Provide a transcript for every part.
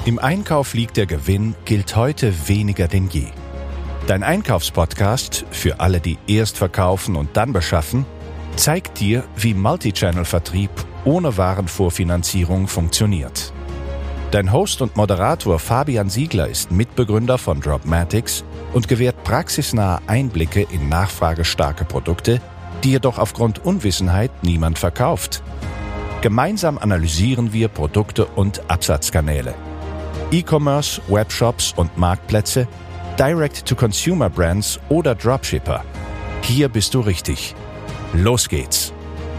Im Einkauf liegt der Gewinn gilt heute weniger denn je. Dein Einkaufspodcast für alle, die erst verkaufen und dann beschaffen, zeigt dir, wie Multichannel-Vertrieb ohne Warenvorfinanzierung funktioniert. Dein Host und Moderator Fabian Siegler ist Mitbegründer von Dropmatics und gewährt praxisnahe Einblicke in nachfragestarke Produkte, die jedoch aufgrund Unwissenheit niemand verkauft. Gemeinsam analysieren wir Produkte und Absatzkanäle. E-Commerce, Webshops und Marktplätze, Direct-to-Consumer-Brands oder Dropshipper. Hier bist du richtig. Los geht's!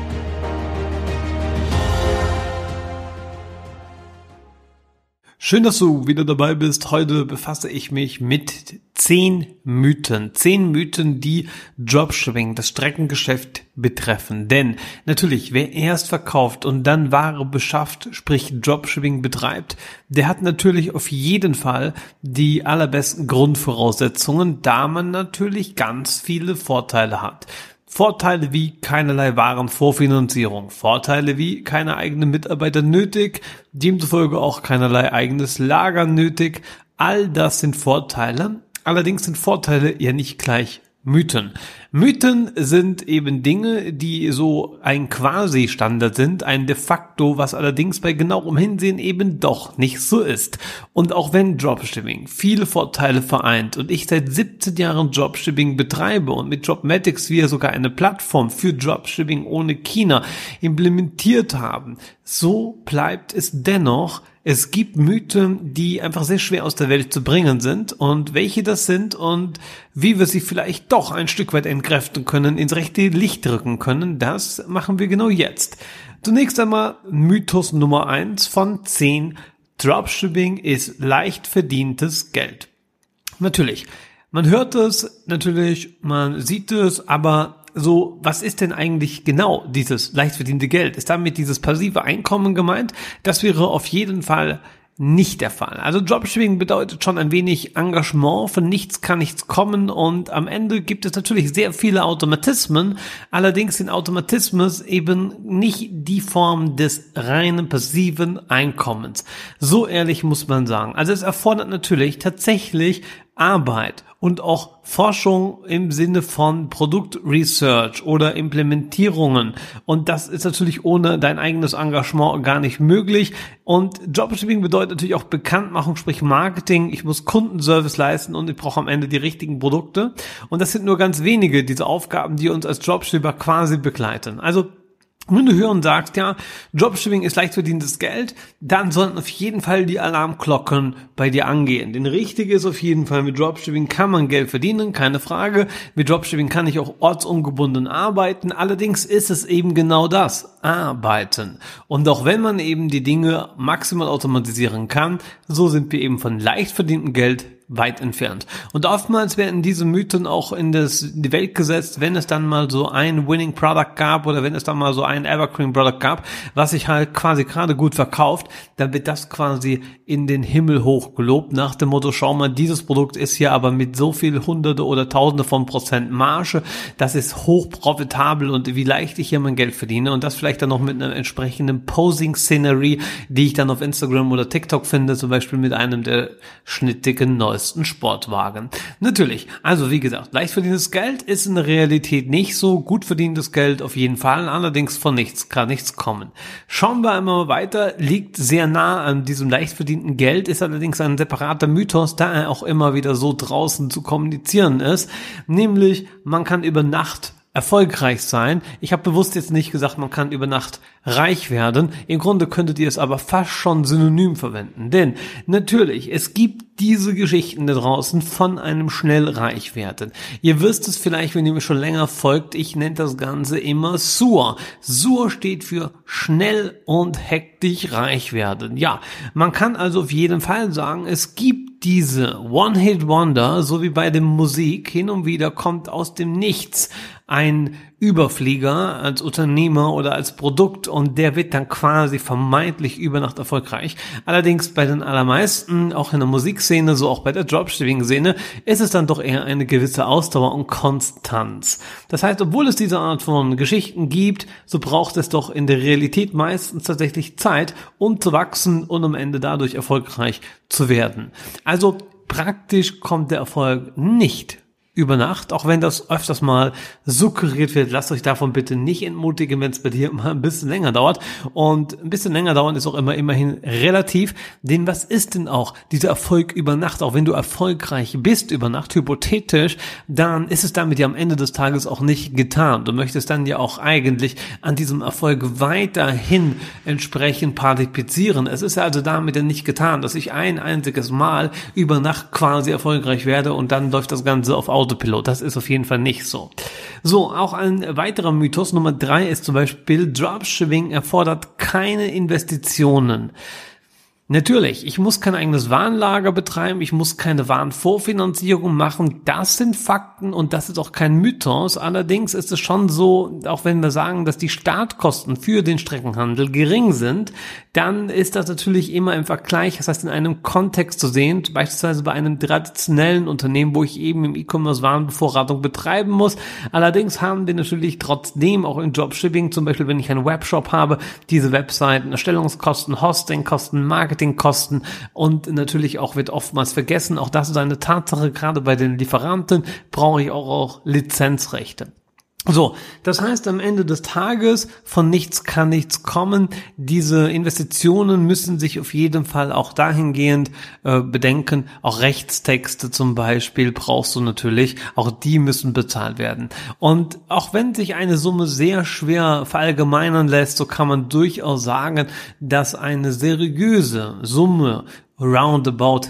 Schön, dass du wieder dabei bist. Heute befasse ich mich mit 10 Mythen. 10 Mythen, die Dropshipping, das Streckengeschäft betreffen. Denn natürlich, wer erst verkauft und dann Ware beschafft, sprich Dropshipping betreibt, der hat natürlich auf jeden Fall die allerbesten Grundvoraussetzungen, da man natürlich ganz viele Vorteile hat. Vorteile wie keinerlei Warenvorfinanzierung, Vorteile wie keine eigenen Mitarbeiter nötig, demzufolge auch keinerlei eigenes Lager nötig. All das sind Vorteile. Allerdings sind Vorteile ja nicht gleich Mythen. Mythen sind eben Dinge, die so ein Quasi-Standard sind, ein de facto, was allerdings bei genauem Hinsehen eben doch nicht so ist. Und auch wenn Dropshipping viele Vorteile vereint und ich seit 17 Jahren Dropshipping betreibe und mit Dropmatics wir sogar eine Plattform für Dropshipping ohne China implementiert haben, so bleibt es dennoch. Es gibt Mythen, die einfach sehr schwer aus der Welt zu bringen sind, und welche das sind und wie wir sie vielleicht doch ein Stück weit entkräften können, ins rechte Licht rücken können, das machen wir genau jetzt. Zunächst einmal Mythos Nummer 1 von 10. Dropshipping ist leicht verdientes Geld. Natürlich, man hört es, natürlich, man sieht es, aber so, was ist denn eigentlich genau dieses leicht verdiente Geld? Ist damit dieses passive Einkommen gemeint? Das wäre auf jeden Fall nicht der Fall. Also Dropshipping bedeutet schon ein wenig Engagement, von nichts kann nichts kommen, und am Ende gibt es natürlich sehr viele Automatismen, allerdings sind Automatismen eben nicht die Form des reinen passiven Einkommens. So ehrlich muss man sagen. Also es erfordert natürlich tatsächlich Arbeit und auch Forschung im Sinne von Produktresearch oder Implementierungen, und das ist natürlich ohne dein eigenes Engagement gar nicht möglich. Und Dropshipping bedeutet natürlich auch Bekanntmachung, sprich Marketing. Ich muss Kundenservice leisten und ich brauche am Ende die richtigen Produkte, und das sind nur ganz wenige dieser Aufgaben, die uns als Dropshipper quasi begleiten. Also wenn du hören sagst, ja, Dropshipping ist leicht verdientes Geld, dann sollten auf jeden Fall die Alarmglocken bei dir angehen. Denn richtig ist auf jeden Fall, mit Dropshipping kann man Geld verdienen, keine Frage. Mit Dropshipping kann ich auch ortsungebunden arbeiten. Allerdings ist es eben genau das, Arbeiten. Und auch wenn man eben die Dinge maximal automatisieren kann, so sind wir eben von leicht verdientem Geld weit entfernt. Und oftmals werden diese Mythen auch in die Welt gesetzt, wenn es dann mal so ein Winning Product gab oder wenn es dann mal so ein Evergreen Product gab, was sich halt quasi gerade gut verkauft, dann wird das quasi in den Himmel hoch gelobt, nach dem Motto, schau mal, dieses Produkt ist hier aber mit so viel Hunderte oder Tausende von Prozent Marge, das ist hoch profitabel und wie leicht ich hier mein Geld verdiene, und das vielleicht dann noch mit einer entsprechenden Posing-Scenery, die ich dann auf Instagram oder TikTok finde, zum Beispiel mit einem der schnittigen neuesten Sportwagen. Natürlich, also wie gesagt, leicht verdientes Geld ist in der Realität nicht so, gut verdientes Geld auf jeden Fall, allerdings von nichts kann nichts kommen. Schauen wir einmal weiter, liegt sehr nah an diesem leicht verdienten Geld, ist allerdings ein separater Mythos, da er auch immer wieder so draußen zu kommunizieren ist, nämlich man kann über Nacht erfolgreich sein. Ich habe bewusst jetzt nicht gesagt, man kann über Nacht reich werden. Im Grunde könntet ihr es aber fast schon synonym verwenden. Denn natürlich, es gibt diese Geschichten da draußen von einem schnell reich werden. Ihr wisst es vielleicht, wenn ihr mir schon länger folgt, ich nenne das Ganze immer SUR. SUR steht für schnell und hektisch reich werden. Ja, man kann also auf jeden Fall sagen, es gibt diese One-Hit-Wonder, so wie bei der Musik, hin und wieder kommt aus dem Nichts ein Überflieger als Unternehmer oder als Produkt und der wird dann quasi vermeintlich über Nacht erfolgreich. Allerdings bei den allermeisten, auch in der Musikszene, so auch bei der Dropshipping-Szene, ist es dann doch eher eine gewisse Ausdauer und Konstanz. Das heißt, obwohl es diese Art von Geschichten gibt, so braucht es doch in der Realität meistens tatsächlich Zeit, um zu wachsen und am Ende dadurch erfolgreich zu werden. Also praktisch kommt der Erfolg nicht über Nacht, auch wenn das öfters mal suggeriert wird. Lasst euch davon bitte nicht entmutigen, wenn es bei dir mal ein bisschen länger dauert. Und ein bisschen länger dauern ist auch immerhin relativ. Denn was ist denn auch dieser Erfolg über Nacht? Auch wenn du erfolgreich bist über Nacht, hypothetisch, dann ist es damit ja am Ende des Tages auch nicht getan. Du möchtest dann ja auch eigentlich an diesem Erfolg weiterhin entsprechend partizipieren. Es ist ja also damit ja nicht getan, dass ich ein einziges Mal über Nacht quasi erfolgreich werde und dann läuft das Ganze auf Autopilot. Das ist auf jeden Fall nicht so. So, auch ein weiterer Mythos, Nummer 3 ist zum Beispiel, Dropshipping erfordert keine Investitionen. Natürlich, ich muss kein eigenes Warenlager betreiben, ich muss keine Warenvorfinanzierung machen, das sind Fakten und das ist auch kein Mythos. Allerdings ist es schon so, auch wenn wir sagen, dass die Startkosten für den Streckenhandel gering sind, dann ist das natürlich immer im Vergleich, das heißt in einem Kontext zu sehen, beispielsweise bei einem traditionellen Unternehmen, wo ich eben im E-Commerce Warenbevorratung betreiben muss. Allerdings haben wir natürlich trotzdem auch im Dropshipping, zum Beispiel wenn ich einen Webshop habe, diese Webseiten, Erstellungskosten, Hostingkosten, Marketingkosten und natürlich auch wird oftmals vergessen, auch das ist eine Tatsache, gerade bei den Lieferanten brauche ich auch Lizenzrechte. So, das heißt am Ende des Tages, von nichts kann nichts kommen. Diese Investitionen müssen sich auf jeden Fall auch dahingehend bedenken. Auch Rechtstexte zum Beispiel brauchst du natürlich, auch die müssen bezahlt werden. Und auch wenn sich eine Summe sehr schwer verallgemeinern lässt, so kann man durchaus sagen, dass eine seriöse Summe roundabout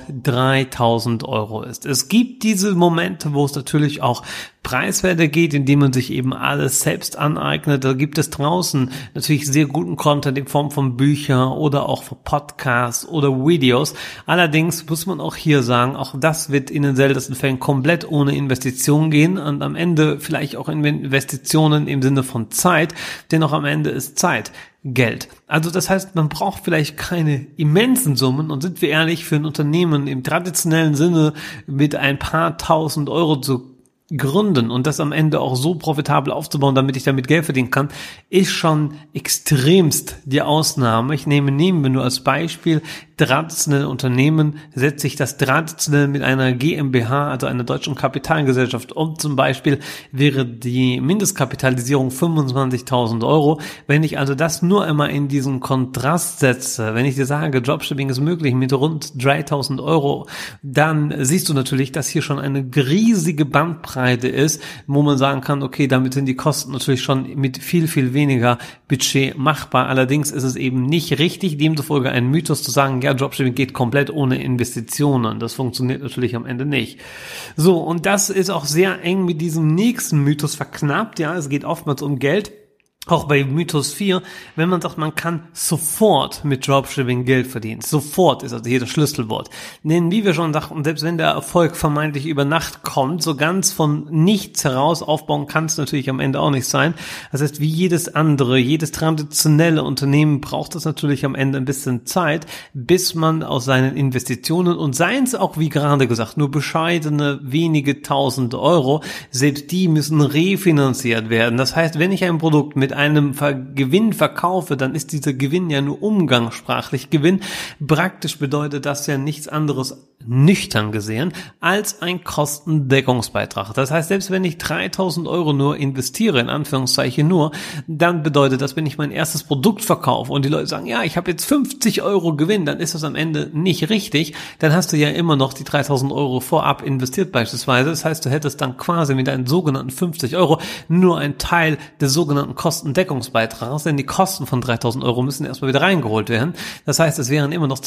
3.000 € ist. Es gibt diese Momente, wo es natürlich auch preiswerter geht, indem man sich eben alles selbst aneignet. Da gibt es draußen natürlich sehr guten Content in Form von Büchern oder auch von Podcasts oder Videos. Allerdings muss man auch hier sagen, auch das wird in den seltensten Fällen komplett ohne Investition gehen und am Ende vielleicht auch Investitionen im Sinne von Zeit, denn auch am Ende ist Zeit Geld. Also das heißt, man braucht vielleicht keine immensen Summen und sind wir ehrlich, für ein Unternehmen im traditionellen Sinne mit ein paar 1.000 € zu gründen und das am Ende auch so profitabel aufzubauen, damit ich damit Geld verdienen kann, ist schon extremst die Ausnahme. Nehmen wir nur als Beispiel traditionelle Unternehmen, setze ich das traditionell mit einer GmbH, also einer deutschen Kapitalgesellschaft um. Zum Beispiel wäre die Mindestkapitalisierung 25.000 €. Wenn ich also das nur einmal in diesen Kontrast setze, wenn ich dir sage, Dropshipping ist möglich mit rund 3.000 €, dann siehst du natürlich, dass hier schon eine riesige Bandbreite ist, wo man sagen kann, okay, damit sind die Kosten natürlich schon mit viel, viel weniger Budget machbar. Allerdings ist es eben nicht richtig, demzufolge ein Mythos zu sagen, ja, Dropshipping geht komplett ohne Investitionen. Das funktioniert natürlich am Ende nicht. So, und das ist auch sehr eng mit diesem nächsten Mythos verknappt. Ja, es geht oftmals um Geld. Auch bei Mythos 4, wenn man sagt, man kann sofort mit Dropshipping Geld verdienen. Sofort ist also hier das Schlüsselwort. Denn wie wir schon sagten, selbst wenn der Erfolg vermeintlich über Nacht kommt, so ganz von nichts heraus aufbauen kann es natürlich am Ende auch nicht sein. Das heißt, wie jedes andere, jedes traditionelle Unternehmen braucht es natürlich am Ende ein bisschen Zeit, bis man aus seinen Investitionen und seien es auch, wie gerade gesagt, nur bescheidene wenige 1.000 €, selbst die müssen refinanziert werden. Das heißt, wenn ich ein Produkt mit einem Gewinn verkaufe, dann ist dieser Gewinn ja nur umgangssprachlich Gewinn. Praktisch bedeutet das ja nichts anderes, nüchtern gesehen, als ein Kostendeckungsbeitrag. Das heißt, selbst wenn ich 3.000 € nur investiere, in Anführungszeichen nur, dann bedeutet das, wenn ich mein erstes Produkt verkaufe und die Leute sagen, ja, ich habe jetzt 50 € Gewinn, dann ist das am Ende nicht richtig. Dann hast du ja immer noch die 3.000 € vorab investiert beispielsweise. Das heißt, du hättest dann quasi mit deinen sogenannten 50 € nur einen Teil des sogenannten Kostendeckungsbeitrags, denn die Kosten von 3.000 € müssen erstmal wieder reingeholt werden. Das heißt, es wären immer noch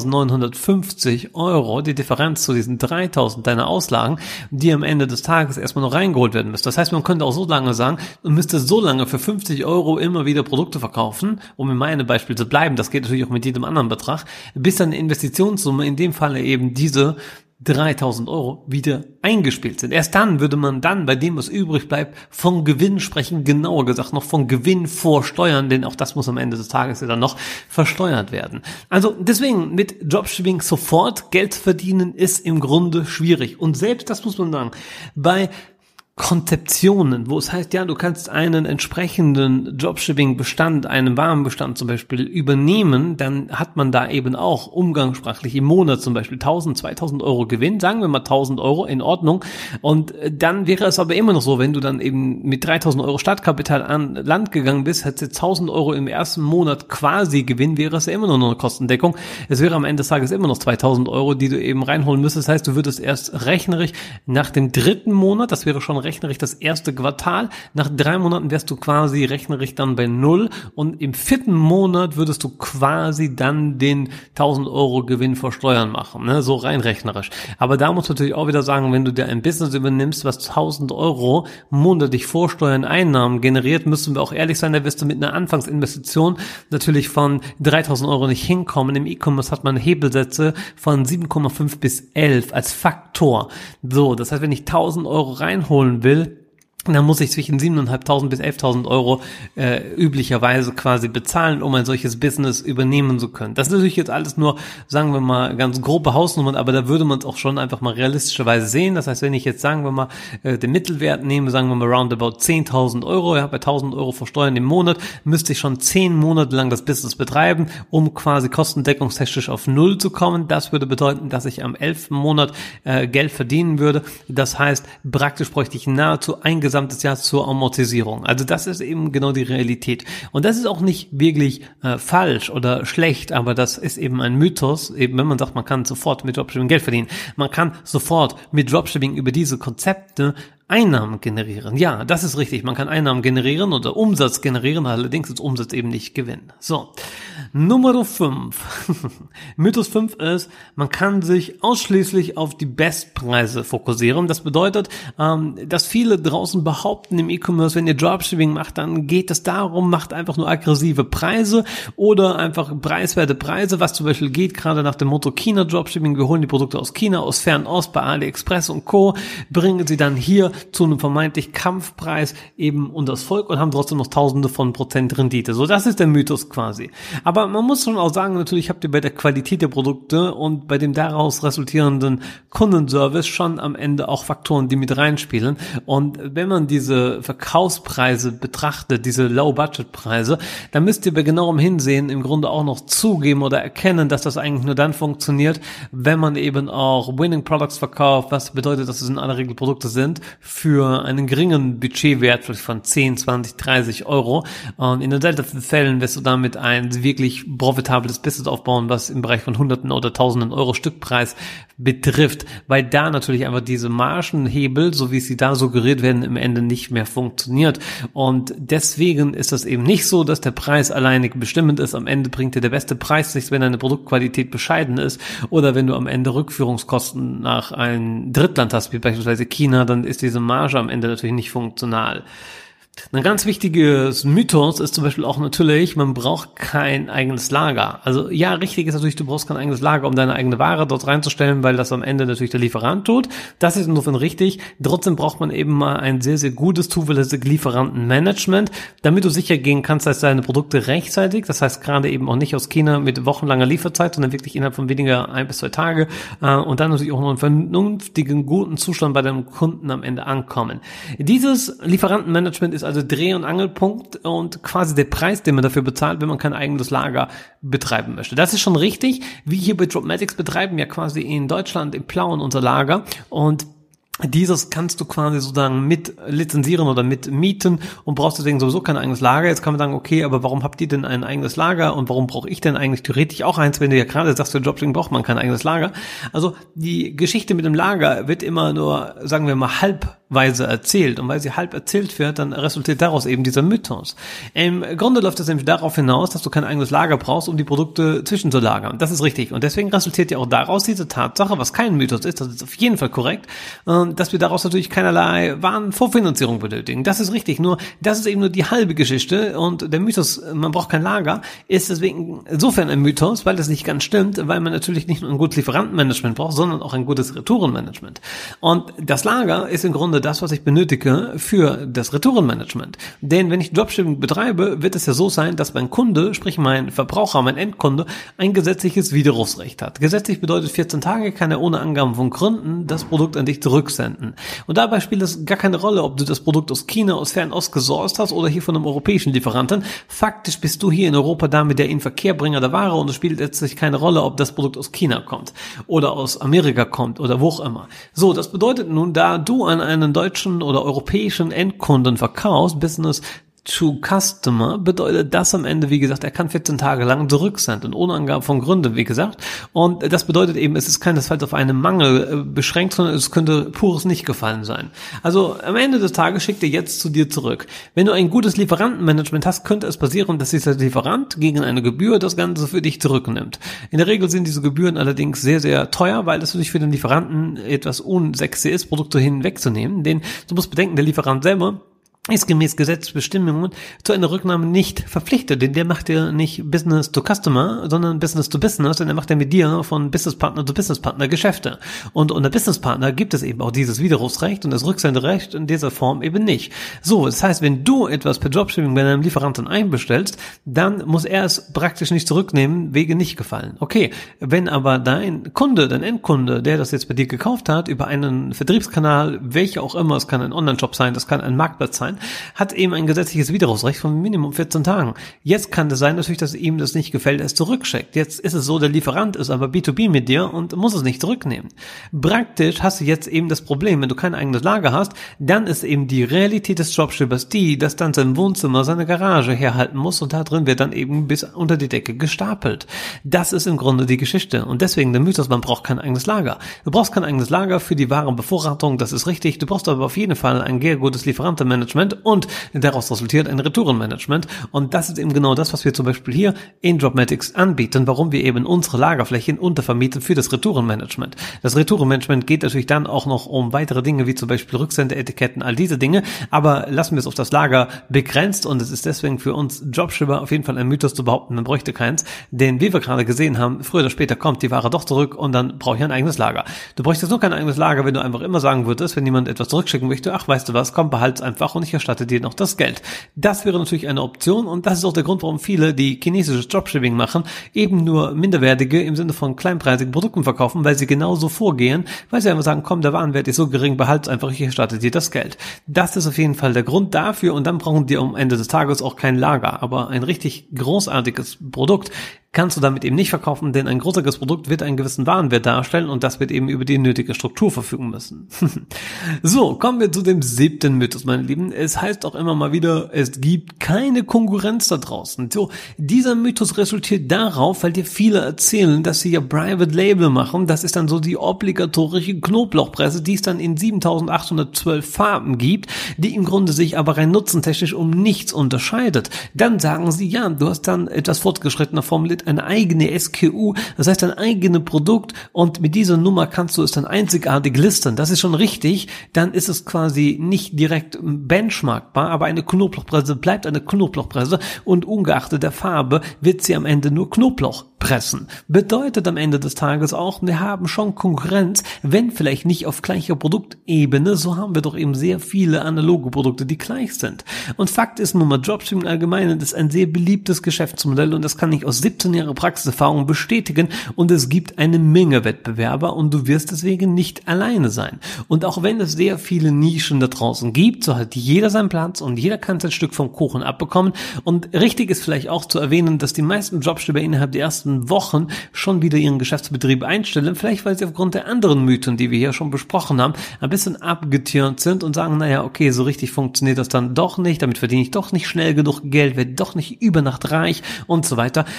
2.950 €, die Differenz zu diesen 3.000 deiner Auslagen, die am Ende des Tages erstmal noch reingeholt werden müssen. Das heißt, man könnte auch so lange sagen, man müsste so lange für 50 € immer wieder Produkte verkaufen, um in meinem Beispiel zu bleiben, das geht natürlich auch mit jedem anderen Betrag, bis dann eine Investitionssumme, in dem Falle eben diese 3.000 Euro wieder eingespielt sind. Erst dann würde man dann bei dem, was übrig bleibt, von Gewinn sprechen, genauer gesagt noch von Gewinn vor Steuern, denn auch das muss am Ende des Tages ja dann noch versteuert werden. Also deswegen, mit Dropshipping sofort Geld verdienen ist im Grunde schwierig. Und selbst, das muss man sagen, bei Konzeptionen, wo es heißt, ja, du kannst einen entsprechenden Dropshipping-Bestand, einen Warenbestand zum Beispiel übernehmen, dann hat man da eben auch umgangssprachlich im Monat zum Beispiel 1.000, 2.000 Euro Gewinn, sagen wir mal 1.000 Euro, in Ordnung. Und dann wäre es aber immer noch so, wenn du dann eben mit 3.000 Euro Startkapital an Land gegangen bist, hättest du 1.000 Euro im ersten Monat quasi Gewinn, wäre es ja immer noch eine Kostendeckung. Es wäre am Ende des Tages immer noch 2.000 Euro, die du eben reinholen müsstest. Das heißt, du würdest erst rechnerisch nach dem dritten Monat, das wäre schon rechnerisch das erste Quartal, nach 3 Monaten wärst du quasi rechnerisch dann bei 0 und im 4. Monat würdest du quasi dann den 1.000 Euro Gewinn vor Steuern machen, ne? So rein rechnerisch. Aber da musst du natürlich auch wieder sagen, wenn du dir ein Business übernimmst, was 1.000 Euro monatlich vor Steuern Einnahmen generiert, müssen wir auch ehrlich sein, da wirst du mit einer Anfangsinvestition natürlich von 3.000 Euro nicht hinkommen. Im E-Commerce hat man Hebelsätze von 7,5 bis 11 als Faktor. So, das heißt, wenn ich 1.000 Euro reinholen will, dann muss ich zwischen 7.500 bis 11.000 Euro üblicherweise quasi bezahlen, um ein solches Business übernehmen zu können. Das ist natürlich jetzt alles nur, sagen wir mal, ganz grobe Hausnummern, aber da würde man es auch schon einfach mal realistischerweise sehen. Das heißt, wenn ich jetzt, sagen wir mal, den Mittelwert nehme, sagen wir mal roundabout 10.000 Euro, ja, bei 1.000 Euro Versteuern im Monat, müsste ich schon 10 Monate lang das Business betreiben, um quasi kostendeckungstechnisch auf 0 zu kommen. Das würde bedeuten, dass ich am 11. Monat Geld verdienen würde. Das heißt, praktisch bräuchte ich nahezu ein gesamtes Jahr zur Amortisierung. Also das ist eben genau die Realität. Und das ist auch nicht wirklich falsch oder schlecht, aber das ist eben ein Mythos, eben wenn man sagt, man kann sofort mit Dropshipping Geld verdienen. Man kann sofort mit Dropshipping über diese Konzepte Einnahmen generieren. Ja, das ist richtig. Man kann Einnahmen generieren oder Umsatz generieren, allerdings ist Umsatz eben nicht Gewinn. So, Nummer 5. Mythos 5 ist, man kann sich ausschließlich auf die Bestpreise fokussieren. Das bedeutet, dass viele draußen behaupten im E-Commerce, wenn ihr Dropshipping macht, dann geht es darum, macht einfach nur aggressive Preise oder einfach preiswerte Preise, was zum Beispiel geht, gerade nach dem Motto China Dropshipping. Wir holen die Produkte aus China, aus Fernost, bei AliExpress und Co., bringen sie dann hier zu einem vermeintlich Kampfpreis eben unters Volk und haben trotzdem noch Tausende von Prozent Rendite. So, das ist der Mythos quasi. Aber man muss schon auch sagen, natürlich habt ihr bei der Qualität der Produkte und bei dem daraus resultierenden Kundenservice schon am Ende auch Faktoren, die mit reinspielen. Und wenn man diese Verkaufspreise betrachtet, diese Low-Budget-Preise, dann müsst ihr bei genauem Hinsehen im Grunde auch noch zugeben oder erkennen, dass das eigentlich nur dann funktioniert, wenn man eben auch Winning Products verkauft, was bedeutet, dass es in aller Regel Produkte sind, für einen geringen Budgetwert von 10, 20, 30 Euro. Und in den seltensten Fällen wirst du damit ein wirklich profitables Business aufbauen, was im Bereich von Hunderten oder Tausenden Euro Stückpreis betrifft, weil da natürlich einfach diese Margenhebel, so wie sie da suggeriert werden, im Ende nicht mehr funktioniert. Und deswegen ist das eben nicht so, dass der Preis alleinig bestimmend ist. Am Ende bringt dir der beste Preis nichts, wenn deine Produktqualität bescheiden ist oder wenn du am Ende Rückführungskosten nach einem Drittland hast, wie beispielsweise China, dann ist diese Marge am Ende natürlich nicht funktional. Ein ganz wichtiges Mythos ist zum Beispiel auch natürlich, man braucht kein eigenes Lager. Also ja, richtig ist natürlich, du brauchst kein eigenes Lager, um deine eigene Ware dort reinzustellen, weil das am Ende natürlich der Lieferant tut. Das ist insofern richtig. Trotzdem braucht man eben mal ein sehr, sehr gutes, zuverlässiges Lieferantenmanagement, damit du sicher gehen kannst, dass deine Produkte rechtzeitig, das heißt gerade eben auch nicht aus China mit wochenlanger Lieferzeit, sondern wirklich innerhalb von weniger 1 bis 2 Tage und dann natürlich auch noch in vernünftigen, guten Zustand bei deinem Kunden am Ende ankommen. Dieses Lieferantenmanagement ist also Dreh- und Angelpunkt und quasi der Preis, den man dafür bezahlt, wenn man kein eigenes Lager betreiben möchte. Das ist schon richtig. Wir hier bei Dropmatics betreiben ja quasi in Deutschland im Plauen unser Lager und dieses kannst du quasi sozusagen mit lizenzieren oder mit mieten und brauchst deswegen sowieso kein eigenes Lager. Jetzt kann man sagen, okay, aber warum habt ihr denn ein eigenes Lager und warum brauche ich denn eigentlich theoretisch auch eins, wenn du ja gerade sagst, für Dropshipping braucht man kein eigenes Lager. Also die Geschichte mit dem Lager wird immer nur, sagen wir mal, halb halbweise erzählt. Und weil sie halb erzählt wird, dann resultiert daraus eben dieser Mythos. Im Grunde läuft das nämlich darauf hinaus, dass du kein eigenes Lager brauchst, um die Produkte zwischenzulagern. Das ist richtig. Und deswegen resultiert ja auch daraus diese Tatsache, was kein Mythos ist, das ist auf jeden Fall korrekt, dass wir daraus natürlich keinerlei Warenvorfinanzierung benötigen. Das ist richtig. Nur, das ist eben nur die halbe Geschichte. Und der Mythos, man braucht kein Lager, ist deswegen insofern ein Mythos, weil das nicht ganz stimmt, weil man natürlich nicht nur ein gutes Lieferantenmanagement braucht, sondern auch ein gutes Retourenmanagement. Und das Lager ist im Grunde das, was ich benötige für das Retourenmanagement. Denn wenn ich Dropshipping betreibe, wird es ja so sein, dass mein Kunde, sprich mein Verbraucher, mein Endkunde, ein gesetzliches Widerrufsrecht hat. Gesetzlich bedeutet 14 Tage kann er ohne Angaben von Gründen das Produkt an dich zurücksenden. Und dabei spielt es gar keine Rolle, ob du das Produkt aus China, aus Fernost gesourced hast oder hier von einem europäischen Lieferanten. Faktisch bist du hier in Europa damit der Inverkehrbringer der Ware und es spielt letztlich keine Rolle, ob das Produkt aus China kommt oder aus Amerika kommt oder wo auch immer. So, das bedeutet nun, da du an einen deutschen oder europäischen Endkunden verkaufst, Business to Customer, bedeutet das am Ende, wie gesagt, er kann 14 Tage lang zurücksenden, ohne Angabe von Gründen, wie gesagt. Und das bedeutet eben, es ist keinesfalls auf einen Mangel beschränkt, sondern es könnte pures Nichtgefallen sein. Also am Ende des Tages schickt er jetzt zu dir zurück. Wenn du ein gutes Lieferantenmanagement hast, könnte es passieren, dass dieser Lieferant gegen eine Gebühr das Ganze für dich zurücknimmt. In der Regel sind diese Gebühren allerdings sehr, sehr teuer, weil es natürlich für den Lieferanten etwas unsexy ist, Produkte hinwegzunehmen. Denn du musst bedenken, der Lieferant selber ist gemäß Gesetzesbestimmungen zu einer Rücknahme nicht verpflichtet, denn der macht ja nicht Business to Customer, sondern Business to Business, denn er macht ja mit dir von Businesspartner zu Businesspartner Geschäfte. Und unter Businesspartner gibt es eben auch dieses Widerrufsrecht und das Rücksenderecht in dieser Form eben nicht. So, das heißt, wenn du etwas per Dropshipping bei einem Lieferanten einbestellst, dann muss er es praktisch nicht zurücknehmen, wegen Nichtgefallen. Okay, wenn aber dein Kunde, dein Endkunde, der das jetzt bei dir gekauft hat, über einen Vertriebskanal, welcher auch immer, es kann ein Online-Shop sein, das kann ein Marktplatz sein, hat eben ein gesetzliches Widerrufsrecht von Minimum 14 Tagen. Jetzt kann es sein natürlich, dass ihm das nicht gefällt, er es zurückschickt. Jetzt ist es so, der Lieferant ist aber B2B mit dir und muss es nicht zurücknehmen. Praktisch hast du jetzt eben das Problem, wenn du kein eigenes Lager hast, dann ist eben die Realität des Dropshippers die, dass dann sein Wohnzimmer, seine Garage herhalten muss und da drin wird dann eben bis unter die Decke gestapelt. Das ist im Grunde die Geschichte und deswegen der Mythos, man braucht kein eigenes Lager. Du brauchst kein eigenes Lager für die Warenbevorratung, das ist richtig. Du brauchst aber auf jeden Fall ein sehr gutes Lieferantenmanagement und daraus resultiert ein Retourenmanagement und das ist eben genau das, was wir zum Beispiel hier in Dropmatics anbieten, warum wir eben unsere Lagerflächen untervermieten für das Retourenmanagement. Das Retourenmanagement geht natürlich dann auch noch um weitere Dinge, wie zum Beispiel Rücksendeetiketten, all diese Dinge, aber lassen wir es auf das Lager begrenzt und es ist deswegen für uns Dropshipper auf jeden Fall ein Mythos zu behaupten, man bräuchte keins, denn wie wir gerade gesehen haben, früher oder später kommt die Ware doch zurück und dann brauche ich ein eigenes Lager. Du bräuchtest nur kein eigenes Lager, wenn du einfach immer sagen würdest, wenn jemand etwas zurückschicken möchte, ach, weißt du was, komm, behalt's einfach und ich erstatte dir noch das Geld. Das wäre natürlich eine Option und das ist auch der Grund, warum viele, die chinesisches Dropshipping machen, eben nur minderwertige im Sinne von kleinpreisigen Produkten verkaufen, weil sie genauso vorgehen, weil sie einfach sagen, komm, der Warenwert ist so gering, behalt's einfach, ich erstatte dir das Geld. Das ist auf jeden Fall der Grund dafür und dann brauchen die am Ende des Tages auch kein Lager, aber ein richtig großartiges Produkt kannst du damit eben nicht verkaufen, denn ein großartiges Produkt wird einen gewissen Warenwert darstellen und das wird eben über die nötige Struktur verfügen müssen. So, kommen wir zu dem 7. Mythos, meine Lieben. Es heißt auch immer mal wieder, es gibt keine Konkurrenz da draußen. So, dieser Mythos resultiert darauf, weil dir viele erzählen, dass sie ja Private Label machen. Das ist dann so die obligatorische Knoblauchpresse, die es dann in 7812 Farben gibt, die im Grunde sich aber rein nutzentechnisch um nichts unterscheidet. Dann sagen sie, ja, du hast dann etwas fortgeschrittener formuliert, eine eigene SKU, das heißt ein eigenes Produkt und mit dieser Nummer kannst du es dann einzigartig listen. Das ist schon richtig, dann ist es quasi nicht direkt benchmarkbar, aber eine Knoblauchpresse bleibt eine Knoblauchpresse und ungeachtet der Farbe wird sie am Ende nur Knoblauch pressen. Bedeutet am Ende des Tages auch, wir haben schon Konkurrenz, wenn vielleicht nicht auf gleicher Produktebene, so haben wir doch eben sehr viele analoge Produkte, die gleich sind. Und Fakt ist nun mal, Dropshipping allgemein ist ein sehr beliebtes Geschäftsmodell und das kann ich aus 17 Jahren Praxiserfahrung bestätigen und es gibt eine Menge Wettbewerber und du wirst deswegen nicht alleine sein. Und auch wenn es sehr viele Nischen da draußen gibt, so hat jeder seinen Platz und jeder kann sein Stück vom Kuchen abbekommen und richtig ist vielleicht auch zu erwähnen, dass die meisten Dropshipper innerhalb der ersten Wochen schon wieder ihren Geschäftsbetrieb einstellen, vielleicht weil sie aufgrund der anderen Mythen, die wir hier schon besprochen haben, ein bisschen abgetürnt sind und sagen, naja, okay, so richtig funktioniert das dann doch nicht, damit verdiene ich doch nicht schnell genug Geld, werde doch nicht über Nacht reich und so weiter. Das ist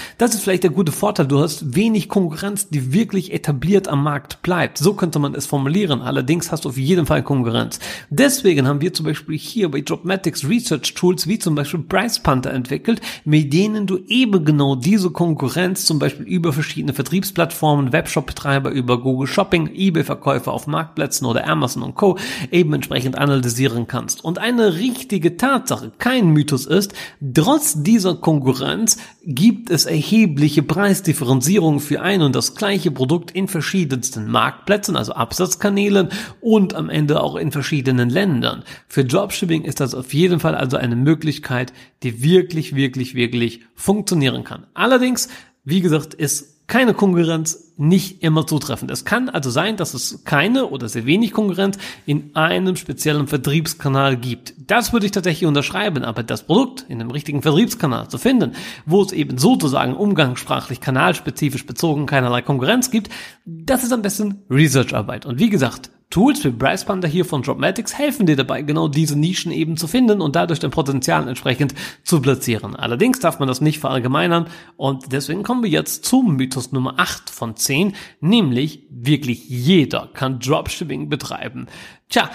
vielleicht der gute Vorteil, du hast wenig Konkurrenz, die wirklich etabliert am Markt bleibt. So könnte man es formulieren. Allerdings hast du auf jeden Fall Konkurrenz. Deswegen haben wir zum Beispiel hier bei Jobmatics Research Tools wie zum Beispiel Price Panther entwickelt, mit denen du eben genau diese Konkurrenz zum Beispiel über verschiedene Vertriebsplattformen, Webshop-Betreiber, über Google Shopping, eBay-Verkäufer auf Marktplätzen oder Amazon und Co. eben entsprechend analysieren kannst. Und eine richtige Tatsache, kein Mythos ist, trotz dieser Konkurrenz gibt es erhebliche Preisdifferenzierung für ein und das gleiche Produkt in verschiedensten Marktplätzen, also Absatzkanälen und am Ende auch in verschiedenen Ländern. Für Dropshipping ist das auf jeden Fall also eine Möglichkeit, die wirklich, wirklich, wirklich funktionieren kann. Allerdings, wie gesagt, ist keine Konkurrenz nicht immer zutreffend. Es kann also sein, dass es keine oder sehr wenig Konkurrenz in einem speziellen Vertriebskanal gibt. Das würde ich tatsächlich unterschreiben, aber das Produkt in dem richtigen Vertriebskanal zu finden, wo es eben sozusagen umgangssprachlich kanalspezifisch bezogen keinerlei Konkurrenz gibt, das ist am besten Researcharbeit. Und wie gesagt, Tools wie Price Panther hier von Jobmatics helfen dir dabei, genau diese Nischen eben zu finden und dadurch dein Potenzial entsprechend zu platzieren. Allerdings darf man das nicht verallgemeinern und deswegen kommen wir jetzt zum Mythos Nummer 8 von 10, nämlich wirklich jeder kann Dropshipping betreiben. Tja,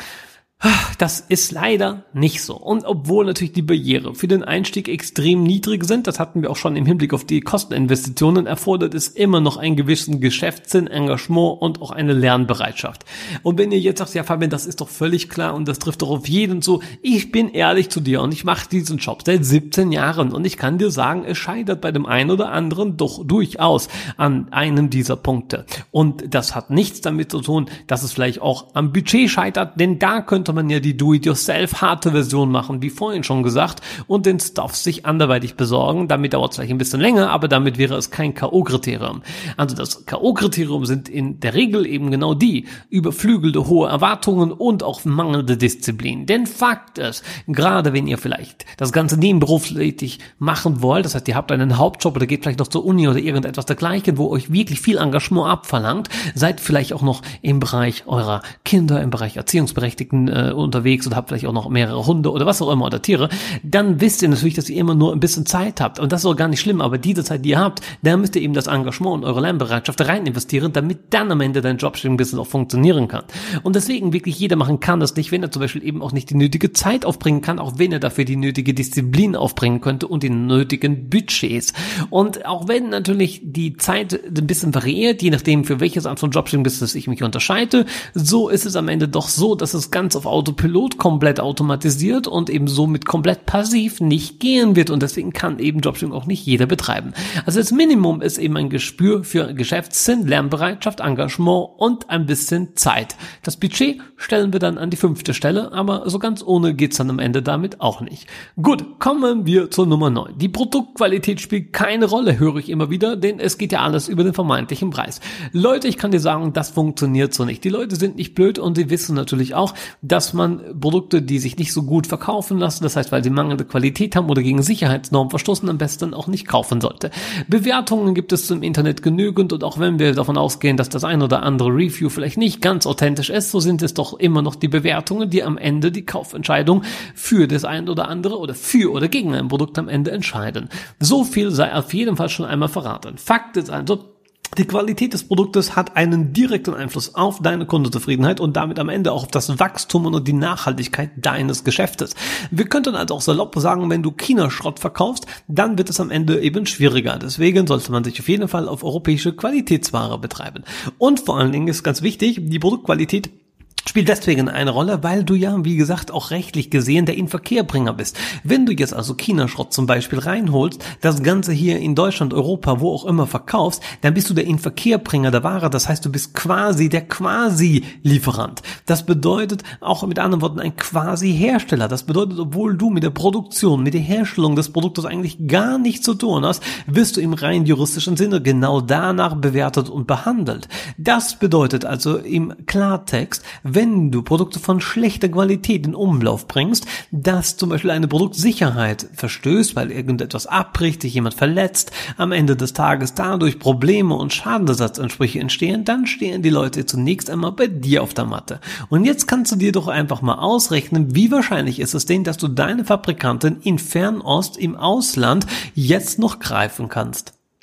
das ist leider nicht so. Und obwohl natürlich die Barriere für den Einstieg extrem niedrig sind, das hatten wir auch schon im Hinblick auf die Kosteninvestitionen, erfordert es immer noch einen gewissen Geschäftssinn, Engagement und auch eine Lernbereitschaft. Und wenn ihr jetzt sagt, ja Fabian, das ist doch völlig klar und das trifft doch auf jeden zu, ich bin ehrlich zu dir und ich mache diesen Job seit 17 Jahren und ich kann dir sagen, es scheitert bei dem einen oder anderen doch durchaus an einem dieser Punkte. Und das hat nichts damit zu tun, dass es vielleicht auch am Budget scheitert, denn da könnte man ja die Do-it-yourself harte Version machen, wie vorhin schon gesagt, und den Stuff sich anderweitig besorgen. Damit dauert es vielleicht ein bisschen länger, aber damit wäre es kein K.O.-Kriterium. Also das K.O.-Kriterium sind in der Regel eben genau die überflügelte hohe Erwartungen und auch mangelnde Disziplin. Denn Fakt ist, gerade wenn ihr vielleicht das Ganze nebenberuflich machen wollt, das heißt, ihr habt einen Hauptjob oder geht vielleicht noch zur Uni oder irgendetwas dergleichen, wo euch wirklich viel Engagement abverlangt, seid vielleicht auch noch im Bereich eurer Kinder, im Bereich Erziehungsberechtigten unterwegs und habt vielleicht auch noch mehrere Hunde oder was auch immer oder Tiere, dann wisst ihr natürlich, dass ihr immer nur ein bisschen Zeit habt. Und das ist auch gar nicht schlimm, aber diese Zeit, die ihr habt, da müsst ihr eben das Engagement und eure Lernbereitschaft rein investieren, damit dann am Ende dein Dropshipping-Business auch funktionieren kann. Und deswegen wirklich jeder machen kann das nicht, wenn er zum Beispiel eben auch nicht die nötige Zeit aufbringen kann, auch wenn er dafür die nötige Disziplin aufbringen könnte und die nötigen Budgets. Und auch wenn natürlich die Zeit ein bisschen variiert, je nachdem für welches Art von Dropshipping-Business ich mich unterscheide, so ist es am Ende doch so, dass es ganz auf Autopilot komplett automatisiert und eben somit komplett passiv nicht gehen wird und deswegen kann eben Dropshipping auch nicht jeder betreiben. Also das Minimum ist eben ein Gespür für Geschäftssinn, Lernbereitschaft, Engagement und ein bisschen Zeit. Das Budget stellen wir dann an die 5. Stelle, aber so ganz ohne geht's dann am Ende damit auch nicht. Gut, kommen wir zur Nummer 9. Die Produktqualität spielt keine Rolle, höre ich immer wieder, denn es geht ja alles über den vermeintlichen Preis. Leute, ich kann dir sagen, das funktioniert so nicht. Die Leute sind nicht blöd und sie wissen natürlich auch, dass man Produkte, die sich nicht so gut verkaufen lassen, das heißt, weil sie mangelnde Qualität haben oder gegen Sicherheitsnormen verstoßen, am besten auch nicht kaufen sollte. Bewertungen gibt es im Internet genügend und auch wenn wir davon ausgehen, dass das ein oder andere Review vielleicht nicht ganz authentisch ist, so sind es doch immer noch die Bewertungen, die am Ende die Kaufentscheidung für das ein oder andere oder für oder gegen ein Produkt am Ende entscheiden. So viel sei auf jeden Fall schon einmal verraten. Fakt ist also, die Qualität des Produktes hat einen direkten Einfluss auf deine Kundenzufriedenheit und damit am Ende auch auf das Wachstum und die Nachhaltigkeit deines Geschäftes. Wir könnten also auch salopp sagen, wenn du China-Schrott verkaufst, dann wird es am Ende eben schwieriger. Deswegen sollte man sich auf jeden Fall auf europäische Qualitätsware betreiben. Und vor allen Dingen ist ganz wichtig, die Produktqualität spielt deswegen eine Rolle, weil du ja, wie gesagt, auch rechtlich gesehen der Inverkehrbringer bist. Wenn du jetzt also China-Schrott zum Beispiel reinholst, das Ganze hier in Deutschland, Europa, wo auch immer verkaufst, dann bist du der Inverkehrbringer der Ware. Das heißt, du bist quasi der Quasi-Lieferant. Das bedeutet auch mit anderen Worten ein Quasi-Hersteller. Das bedeutet, obwohl du mit der Produktion, mit der Herstellung des Produktes eigentlich gar nichts zu tun hast, wirst du im rein juristischen Sinne genau danach bewertet und behandelt. Das bedeutet also im Klartext, wenn du Produkte von schlechter Qualität in Umlauf bringst, dass zum Beispiel eine Produktsicherheit verstößt, weil irgendetwas abbricht, sich jemand verletzt, am Ende des Tages dadurch Probleme und Schadensersatzansprüche entstehen, dann stehen die Leute zunächst einmal bei dir auf der Matte. Und jetzt kannst du dir doch einfach mal ausrechnen, wie wahrscheinlich ist es denn, dass du deine Fabrikantin in Fernost, im Ausland, jetzt noch greifen kannst.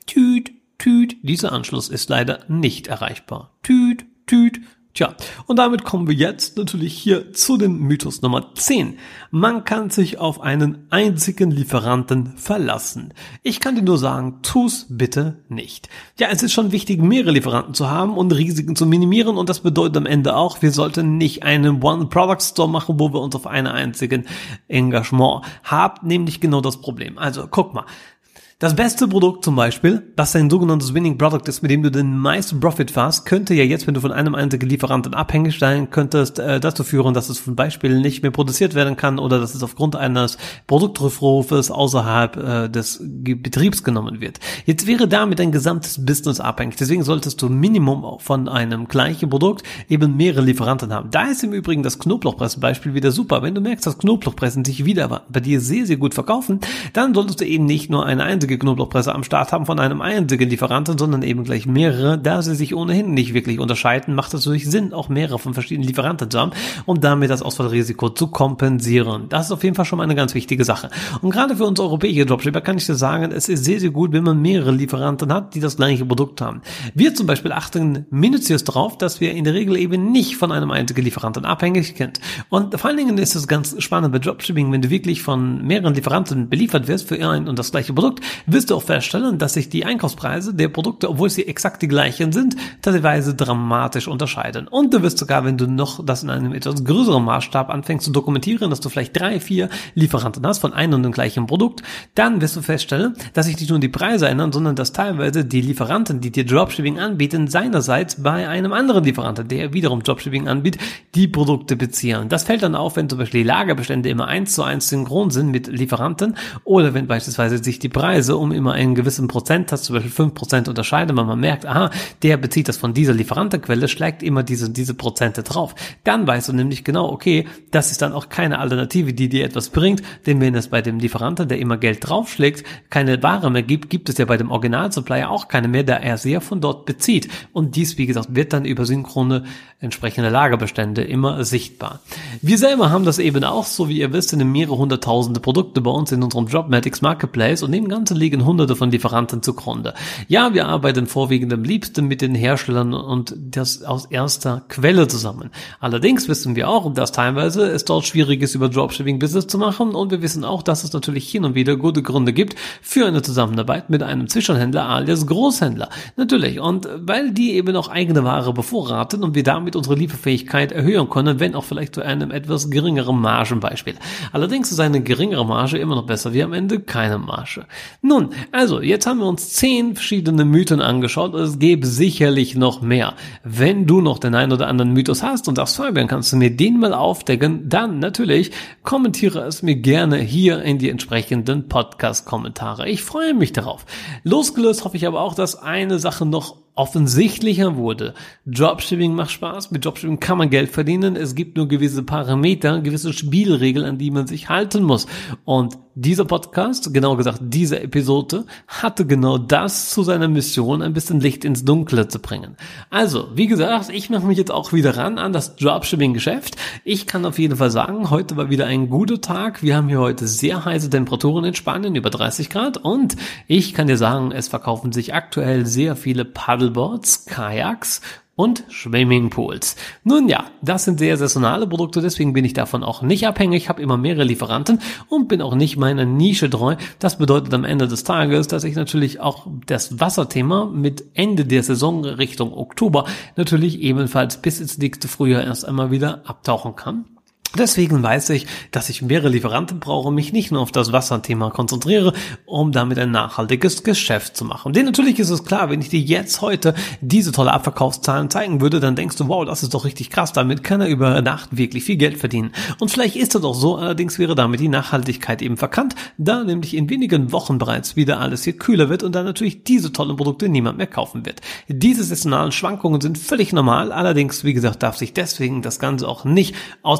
Tüt, Tüt, dieser Anschluss ist leider nicht erreichbar. Tüt, Tüt. Tja, und damit kommen wir jetzt natürlich hier zu dem Mythos Nummer 10. Man kann sich auf einen einzigen Lieferanten verlassen. Ich kann dir nur sagen, tu's bitte nicht. Ja, es ist schon wichtig, mehrere Lieferanten zu haben und Risiken zu minimieren, und das bedeutet am Ende auch, wir sollten nicht einen One-Product-Store machen, wo wir uns auf einen einzigen Engagement haben, nämlich genau das Problem. Also, guck mal. Das beste Produkt zum Beispiel, das ein sogenanntes Winning Product ist, mit dem du den meisten Profit fährst, könnte ja jetzt, wenn du von einem einzigen Lieferanten abhängig sein könntest, dazu führen, dass es zum Beispiel nicht mehr produziert werden kann oder dass es aufgrund eines Produktrückrufes außerhalb des Betriebs genommen wird. Jetzt wäre damit dein gesamtes Business abhängig. Deswegen solltest du Minimum von einem gleichen Produkt eben mehrere Lieferanten haben. Da ist im Übrigen das Knoblauchpressen-Beispiel wieder super. Wenn du merkst, dass Knoblauchpressen sich wieder bei dir sehr, sehr gut verkaufen, dann solltest du eben nicht nur eine einzige Knoblauchpresse am Start haben von einem einzigen Lieferanten, sondern eben gleich mehrere. Da sie sich ohnehin nicht wirklich unterscheiden, macht es natürlich Sinn, auch mehrere von verschiedenen Lieferanten zu haben, um damit das Ausfallrisiko zu kompensieren. Das ist auf jeden Fall schon mal eine ganz wichtige Sache. Und gerade für uns europäische Dropshipper kann ich dir sagen, es ist sehr, sehr gut, wenn man mehrere Lieferanten hat, die das gleiche Produkt haben. Wir zum Beispiel achten minutiös darauf, dass wir in der Regel eben nicht von einem einzigen Lieferanten abhängig sind. Und vor allen Dingen ist es ganz spannend bei Dropshipping, wenn du wirklich von mehreren Lieferanten beliefert wirst für ein und das gleiche Produkt, wirst du auch feststellen, dass sich die Einkaufspreise der Produkte, obwohl sie exakt die gleichen sind, teilweise dramatisch unterscheiden. Und du wirst sogar, wenn du noch das in einem etwas größeren Maßstab anfängst zu dokumentieren, dass du vielleicht 3, 4 Lieferanten hast von einem und dem gleichen Produkt, dann wirst du feststellen, dass sich nicht nur die Preise ändern, sondern dass teilweise die Lieferanten, die dir Dropshipping anbieten, seinerseits bei einem anderen Lieferanten, der wiederum Dropshipping anbietet, die Produkte beziehen. Das fällt dann auf, wenn zum Beispiel die Lagerbestände immer 1:1 synchron sind mit Lieferanten oder wenn beispielsweise sich die Preise um immer einen gewissen Prozentsatz, zum Beispiel 5% unterscheiden, weil man merkt, aha, der bezieht das von dieser Lieferantenquelle, schlägt immer diese Prozente drauf. Dann weißt du nämlich genau, okay, das ist dann auch keine Alternative, die dir etwas bringt, denn wenn es bei dem Lieferanten, der immer Geld draufschlägt, keine Ware mehr gibt, gibt es ja bei dem Original-Supplier auch keine mehr, da er sie ja von dort bezieht. Und dies, wie gesagt, wird dann über synchrone entsprechende Lagerbestände immer sichtbar. Wir selber haben das eben auch, so wie ihr wisst, in mehrere hunderttausende Produkte bei uns in unserem Dropmatics Marketplace und dem Ganzen liegen hunderte von Lieferanten zugrunde. Ja, wir arbeiten vorwiegend am liebsten mit den Herstellern und das aus erster Quelle zusammen. Allerdings wissen wir auch, dass teilweise es dort schwierig ist, über Dropshipping-Business zu machen, und wir wissen auch, dass es natürlich hin und wieder gute Gründe gibt für eine Zusammenarbeit mit einem Zwischenhändler alias Großhändler. Natürlich, und weil die eben auch eigene Ware bevorraten und wir damit unsere Lieferfähigkeit erhöhen können, wenn auch vielleicht zu einem etwas geringeren Margenbeispiel. Allerdings ist eine geringere Marge immer noch besser wie am Ende keine Marge. Nun, also, jetzt haben wir uns 10 verschiedene Mythen angeschaut. Es gäbe sicherlich noch mehr. Wenn du noch den einen oder anderen Mythos hast und sagst, Fabian, kannst du mir den mal aufdecken, dann natürlich kommentiere es mir gerne hier in die entsprechenden Podcast-Kommentare. Ich freue mich darauf. Losgelöst hoffe ich aber auch, dass eine Sache noch offensichtlicher wurde. Dropshipping macht Spaß, mit Dropshipping kann man Geld verdienen, es gibt nur gewisse Parameter, gewisse Spielregeln, an die man sich halten muss. Und dieser Podcast, genauer gesagt diese Episode, hatte genau das zu seiner Mission, ein bisschen Licht ins Dunkle zu bringen. Also, wie gesagt, ich mache mich jetzt auch wieder ran an das Dropshipping-Geschäft. Ich kann auf jeden Fall sagen, heute war wieder ein guter Tag. Wir haben hier heute sehr heiße Temperaturen in Spanien, über 30 Grad. Und ich kann dir sagen, es verkaufen sich aktuell sehr viele Paddleboards, Kajaks und Swimmingpools. Nun ja, das sind sehr saisonale Produkte, deswegen bin ich davon auch nicht abhängig, habe immer mehrere Lieferanten und bin auch nicht meiner Nische treu. Das bedeutet am Ende des Tages, dass ich natürlich auch das Wasserthema mit Ende der Saison Richtung Oktober natürlich ebenfalls bis ins nächste Frühjahr erst einmal wieder abtauchen kann. Deswegen weiß ich, dass ich mehrere Lieferanten brauche, mich nicht nur auf das Wasserthema konzentriere, um damit ein nachhaltiges Geschäft zu machen. Denn natürlich ist es klar, wenn ich dir jetzt heute diese tolle Abverkaufszahlen zeigen würde, dann denkst du, wow, das ist doch richtig krass, damit kann er über Nacht wirklich viel Geld verdienen. Und vielleicht ist das auch so, allerdings wäre damit die Nachhaltigkeit eben verkannt, da nämlich in wenigen Wochen bereits wieder alles hier kühler wird und dann natürlich diese tollen Produkte niemand mehr kaufen wird. Diese saisonalen Schwankungen sind völlig normal, allerdings, wie gesagt, darf sich deswegen das Ganze auch nicht aus dem Konzept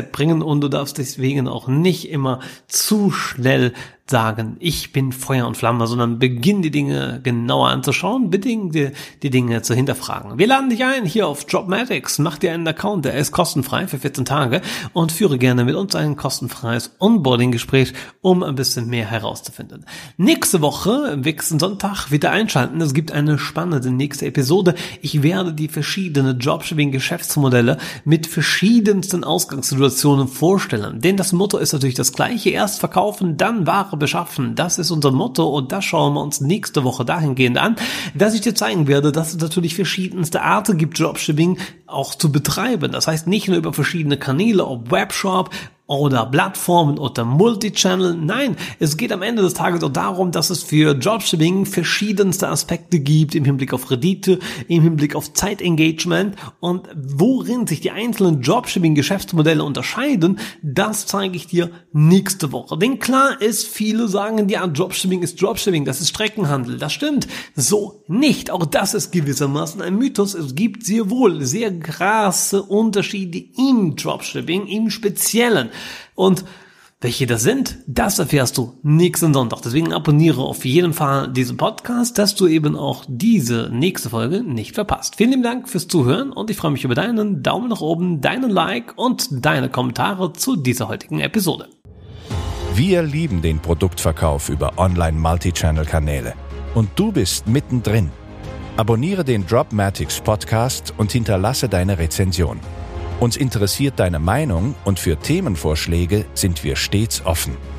Mindset bringen und du darfst deswegen auch nicht immer zu schnell sagen, ich bin Feuer und Flamme, sondern beginn die Dinge genauer anzuschauen, beginn die Dinge zu hinterfragen. Wir laden dich ein hier auf Dropmatics, mach dir einen Account, der ist kostenfrei für 14 Tage und führe gerne mit uns ein kostenfreies Onboarding-Gespräch, um ein bisschen mehr herauszufinden. Nächste Woche, am nächsten Sonntag, wieder einschalten, es gibt eine spannende nächste Episode. Ich werde die verschiedenen Dropshipping-Geschäftsmodelle mit verschiedensten Ausgangssituationen vorstellen, denn das Motto ist natürlich das gleiche, erst verkaufen, dann Ware beschaffen. Das ist unser Motto und das schauen wir uns nächste Woche dahingehend an, dass ich dir zeigen werde, dass es natürlich verschiedenste Arten gibt, Dropshipping auch zu betreiben. Das heißt nicht nur über verschiedene Kanäle, ob Webshop oder Plattformen oder Multichannel. Nein, es geht am Ende des Tages auch darum, dass es für Dropshipping verschiedenste Aspekte gibt im Hinblick auf Rendite, im Hinblick auf Zeitengagement und worin sich die einzelnen Dropshipping-Geschäftsmodelle unterscheiden, das zeige ich dir nächste Woche. Denn klar ist, viele sagen, ja, Dropshipping ist Dropshipping, das ist Streckenhandel. Das stimmt so nicht. Auch das ist gewissermaßen ein Mythos. Es gibt sehr wohl sehr krasse Unterschiede im Dropshipping, im Speziellen. Und welche das sind, das erfährst du nächsten Sonntag. Deswegen abonniere auf jeden Fall diesen Podcast, dass du eben auch diese nächste Folge nicht verpasst. Vielen lieben Dank fürs Zuhören und ich freue mich über deinen Daumen nach oben, deinen Like und deine Kommentare zu dieser heutigen Episode. Wir lieben den Produktverkauf über Online-Multichannel-Kanäle. Und du bist mittendrin. Abonniere den Dropmatics Podcast und hinterlasse deine Rezension. Uns interessiert deine Meinung und für Themenvorschläge sind wir stets offen.